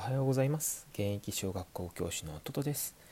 はようございます。現役小学校教師のトトです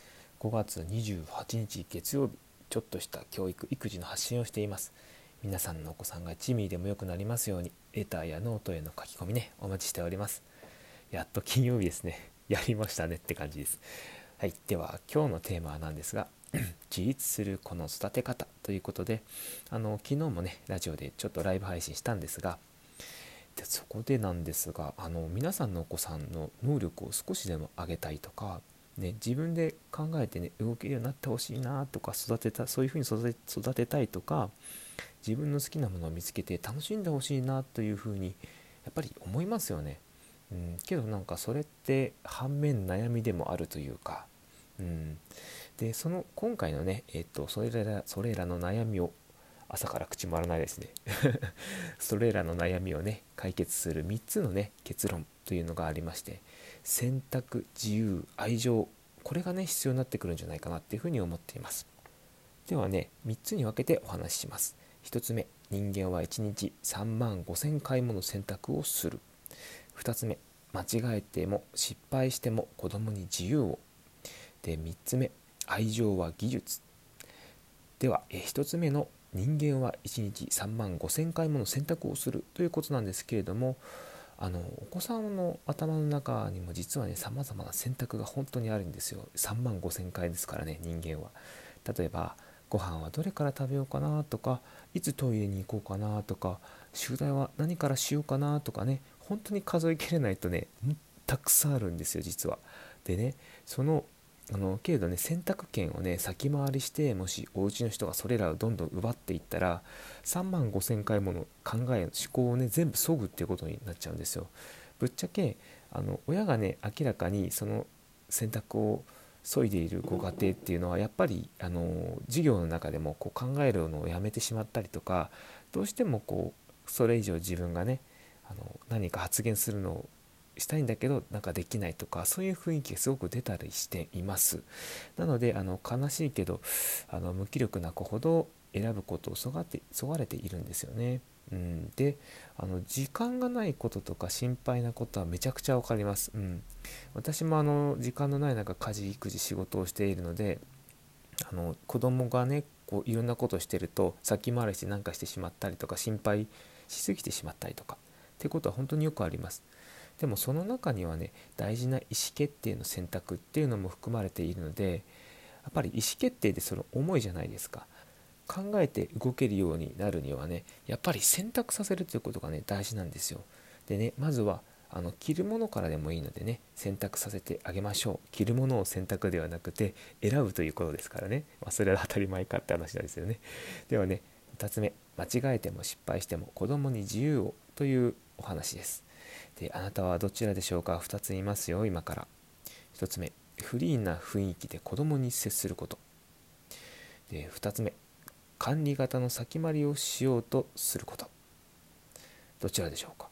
。5月28日月曜日、ちょっとした教育育児の発信をしています。皆さんのお子さんが1ミリでも良くなりますように、レターやノートへの書き込みね、お待ちしております。やっと金曜日ですね。やりましたねって感じです。はい、では今日のテーマなんですが自立する子の育て方ということで、昨日もねラジオでちょっとライブ配信したんですが、でそこでなんですが、皆さんのお子さんの能力を少しでも上げたいとか、ね、自分で考えてね動けるようになってほしいなとか、そういうふうに育てたいとか、自分の好きなものを見つけて楽しんでほしいなというふうにやっぱり思いますよね。けどなんかそれって反面悩みでもあるというか、でその今回のね、それらの悩みを、朝から口回らないですねそれらの悩みをね解決する3つのね結論というのがありまして、選択、自由、愛情、これがね必要になってくるんじゃないかなっていうふうに思っています。ではね、3つに分けてお話しします。1つ目、人間は1日3万5,000回もの選択をする。2つ目、間違えても失敗しても子供に自由を。で、3つ目、愛情は技術。では、1つ目の人間は1日3万5,000回もの選択をするということなんですけれども、お子さんの頭の中にも実はね、様々な選択が本当にあるんですよ。3万5,000回ですからね、人間は。例えば、ご飯はどれから食べようかなとか、いつトイレに行こうかなとか、宿題は何からしようかなとかね、本当に数えきれないとね、たくさんあるんですよ、実は。でね、そのけれどね、選択権をね先回りして、もしお家の人がそれらをどんどん奪っていったら、3万5,000回もの考え思考をね全部削ぐっていうことになっちゃうんですよ。ぶっちゃけ親がね明らかにその選択を削いでいるご家庭っていうのは、やっぱり授業の中でもこう考えるのをやめてしまったりとか、どうしてもこうそれ以上自分がね何か発言するのをしたいんだけどなんかできないとか、そういう雰囲気がすごく出たりしています。なので悲しいけど、無気力な子ほど選ぶことをそがれているんですよね。で、時間がないこととか心配なことはめちゃくちゃわかります。私も時間のない中、家事育児仕事をしているので、子供がねこういろんなことをしてると先回りして何かしてしまったりとか、心配しすぎてしまったりとかってことは本当によくあります。でもその中にはね、大事な意思決定の選択っていうのも含まれているので、やっぱり意思決定ってその思いじゃないですか。考えて動けるようになるにはね、やっぱり選択させるということがね大事なんですよ。でね、まずは着るものからでもいいのでね、選択させてあげましょう。着るものを選択ではなくて選ぶということですからね、それは当たり前かって話なんですよね。ではね、2つ目、間違えても失敗しても子供に自由をというお話です。で、あなたはどちらでしょうか。2つ言いますよ、今から。1つ目、フリーな雰囲気で子供に接すること。で、2つ目、管理型の先回りをしようとすること。どちらでしょうか。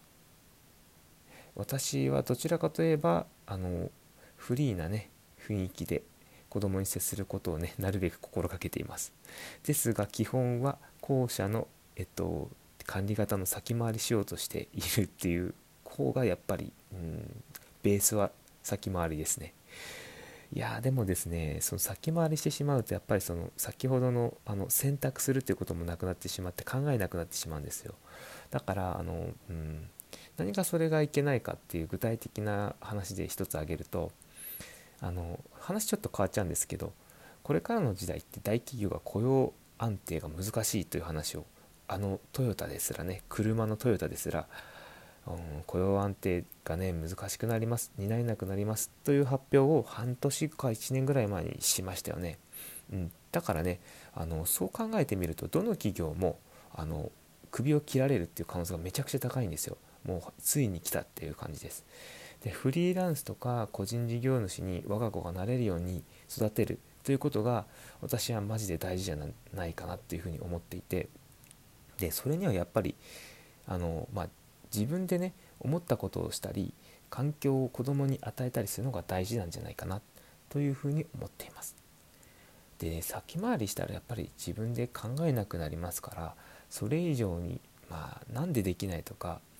私はどちらかといえばフリーなね雰囲気で子供に接することをねなるべく心がけています。ですが基本は後者の管理型の先回りしようとしているっていう方がやっぱり、ベースは先回りですね。いやでもですね、その先回りしてしまうと、やっぱりその先ほどの選択するっていうこともなくなってしまって、考えなくなってしまうんですよ。だから何かそれがいけないかっていう具体的な話で一つ挙げると、話ちょっと変わっちゃうんですけど、これからの時代って大企業が雇用安定が難しいという話を、トヨタですらね、車のトヨタですら、雇用安定がね難しくなります、担えなくなりますという発表を半年か1年ぐらい前にしましたよね。だからね、そう考えてみると、どの企業も首を切られるっていう可能性がめちゃくちゃ高いんですよ。もうついに来たっていう感じです。で、フリーランスとか個人事業主に我が子がなれるように育てるということが、私はマジで大事じゃないかなっていうふうに思っていて、でそれにはやっぱり自分でね思ったことをしたり、環境を子供に与えたりするのが大事なんじゃないかなというふうに思っています。でね、先回りしたらやっぱり自分で考えなくなりますから、それ以上になんでできないとか、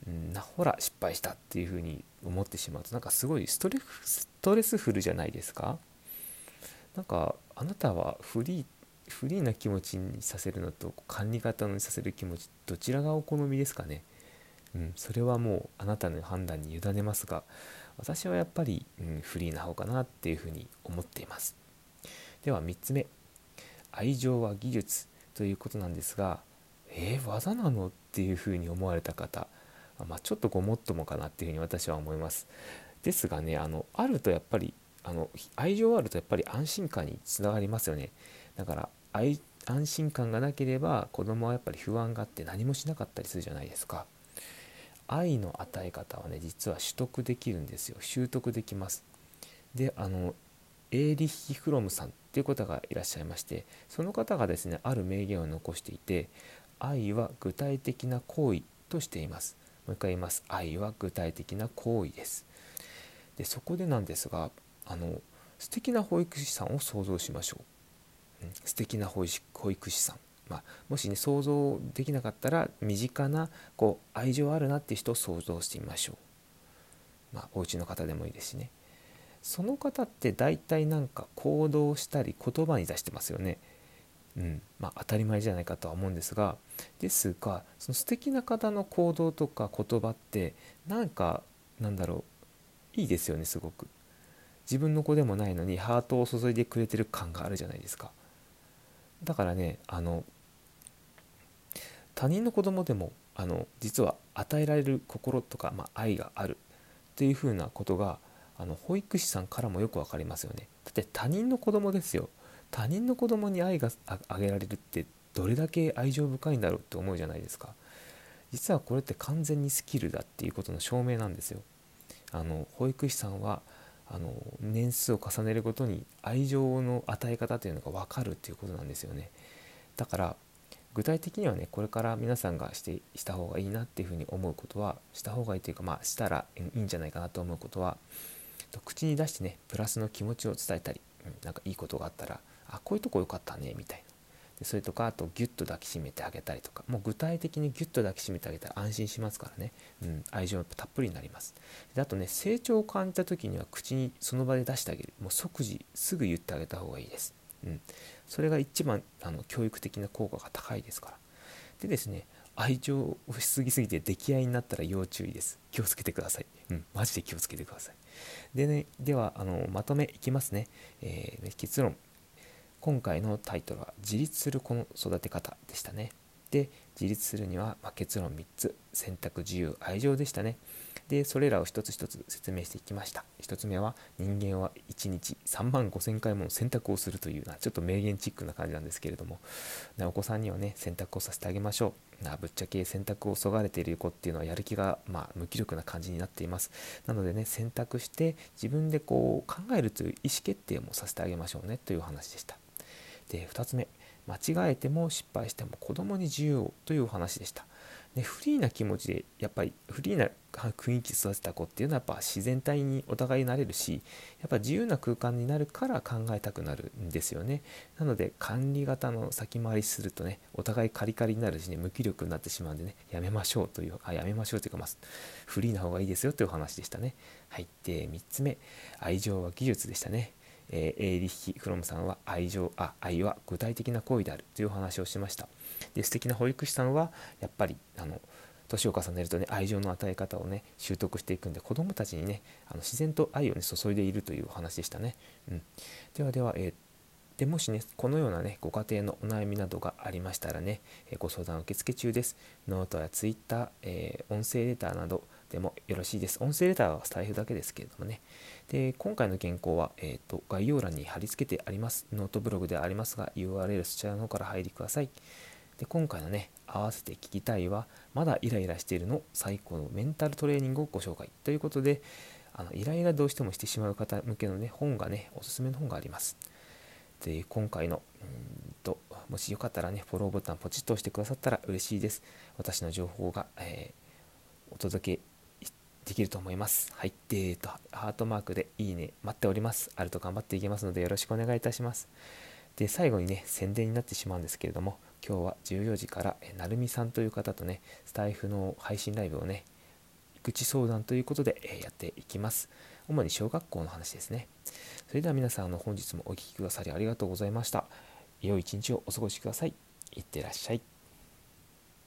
ほら失敗したっていうふうに思ってしまうと、なんかすごいストレスフルじゃないですか。なんかあなたはフリーな気持ちにさせるのと管理型にさせる気持ち、どちらがお好みですかね。それはもうあなたの判断に委ねますが、私はやっぱり、フリーな方かなっていうふうに思っています。では3つ目、愛情は技術ということなんですが、技なのっていうふうに思われた方、ちょっとごもっともかなっていうふうに私は思います。ですがね、あるとやっぱり愛情あるとやっぱり安心感につながりますよね。だから安心感がなければ子供はやっぱり不安があって何もしなかったりするじゃないですか。愛の与え方はね、実は取得できるんですよ。習得できます。で、エーリッヒ・フロムさんっていう方がいらっしゃいまして、その方がですね、ある名言を残していて、愛は具体的な行為としています。もう一回言います。愛は具体的な行為です。で、そこでなんですが、素敵な保育士さんを想像しましょう。素敵な保育士さん。もしね、想像できなかったら、身近な愛情あるなっていう人を想像してみましょう。お家の方でもいいですしね。その方って大体なんか行動したり言葉に出してますよね。当たり前じゃないかとは思うんですが、その素敵な方の行動とか言葉ってなんか、なんだろう、いいですよね。すごく自分の子でもないのにハートを注いでくれてる感があるじゃないですか。だからね、他人の子供でも実は与えられる心とか、愛があるっていうふうなことが保育士さんからもよくわかりますよね。だって他人の子供ですよ。他人の子供に愛があげられるってどれだけ愛情深いんだろうって思うじゃないですか。実はこれって完全にスキルだっていうことの証明なんですよ。保育士さんは年数を重ねるごとに愛情の与え方というのが分かるっていうことなんですよね。だから具体的にはね、これから皆さんがした方がいいなっていうふうに思うことは、した方がいいというか、したらいいんじゃないかなと思うことは、口に出してね、プラスの気持ちを伝えたり、なんかいいことがあったら、こういうとこ良かったねみたいな。でそれとか、あとギュッと抱きしめてあげたりとか、もう具体的にギュッと抱きしめてあげたら安心しますからね。愛情たっぷりになります。であとね、成長を感じた時には口にその場で出してあげる。もう即時すぐ言ってあげた方がいいです。それが一番教育的な効果が高いですから。でですね、愛情をしすぎすぎて溺愛になったら要注意です。気をつけてください。マジで気をつけてください。でね、ではまとめいきますね。結論。今回のタイトルは自立する子の育て方でしたね。で、自立するには、結論3つ。選択、自由、愛情でしたね。で、それらを一つ一つ説明していきました。1つ目は、人間は1日3万5,000回もの選択をするというちょっと名言チックな感じなんですけれども、お子さんにはね、選択をさせてあげましょう。ぶっちゃけ選択をそがれている子っていうのはやる気が、無気力な感じになっています。なのでね、選択して自分で考えるという意思決定もさせてあげましょうねという話でした。で、2つ目、間違えても失敗しても子供に自由をというお話でした。で、フリーな気持ちで、やっぱりフリーな雰囲気育てた子っていうのはやっぱ自然体にお互いになれるし、やっぱ自由な空間になるから考えたくなるんですよね。なので管理型の先回りするとね、お互いカリカリになるしね、無気力になってしまうんでね、やめましょうという、やめましょうというか、フリーな方がいいですよというお話でしたね。はい。で、3つ目、愛情は技術でしたね。エーリッヒ・フロムさんは愛は具体的な行為であるというお話をしました。で、素敵な保育士さんはやっぱり年を重ねるとね、愛情の与え方をね習得していくんで、子どもたちにね自然と愛をね注いでいるというお話でしたね。では、でもしねこのようなねご家庭のお悩みなどがありましたらね、ご相談受付中です。ノートやツイッター、音声レターなどでもよろしいです。音声レターはスタイフだけですけれどもね。で、今回の原稿は、概要欄に貼り付けてあります。ノートブログではありますが、URL そちらの方から入りください。で、今回のね、合わせて聞きたいは、まだイライラしているの最高のメンタルトレーニングをご紹介ということで、イライラどうしてもしてしまう方向けのね、本がね、おすすめの本があります。で、今回の、もしよかったらね、フォローボタンポチッと押してくださったら嬉しいです。私の情報が、お届けできると思います。はい。で、ハートマークでいいね待っております。あると頑張っていきますのでよろしくお願いいたします。で、最後にね、宣伝になってしまうんですけれども、今日は14時からなるみさんという方とね、スタイフの配信ライブをね、 育児相談ということで、やっていきます。主に小学校の話ですね。それでは皆さん本日もお聞きくださりありがとうございました。良い一日をお過ごしください。いってらっしゃい。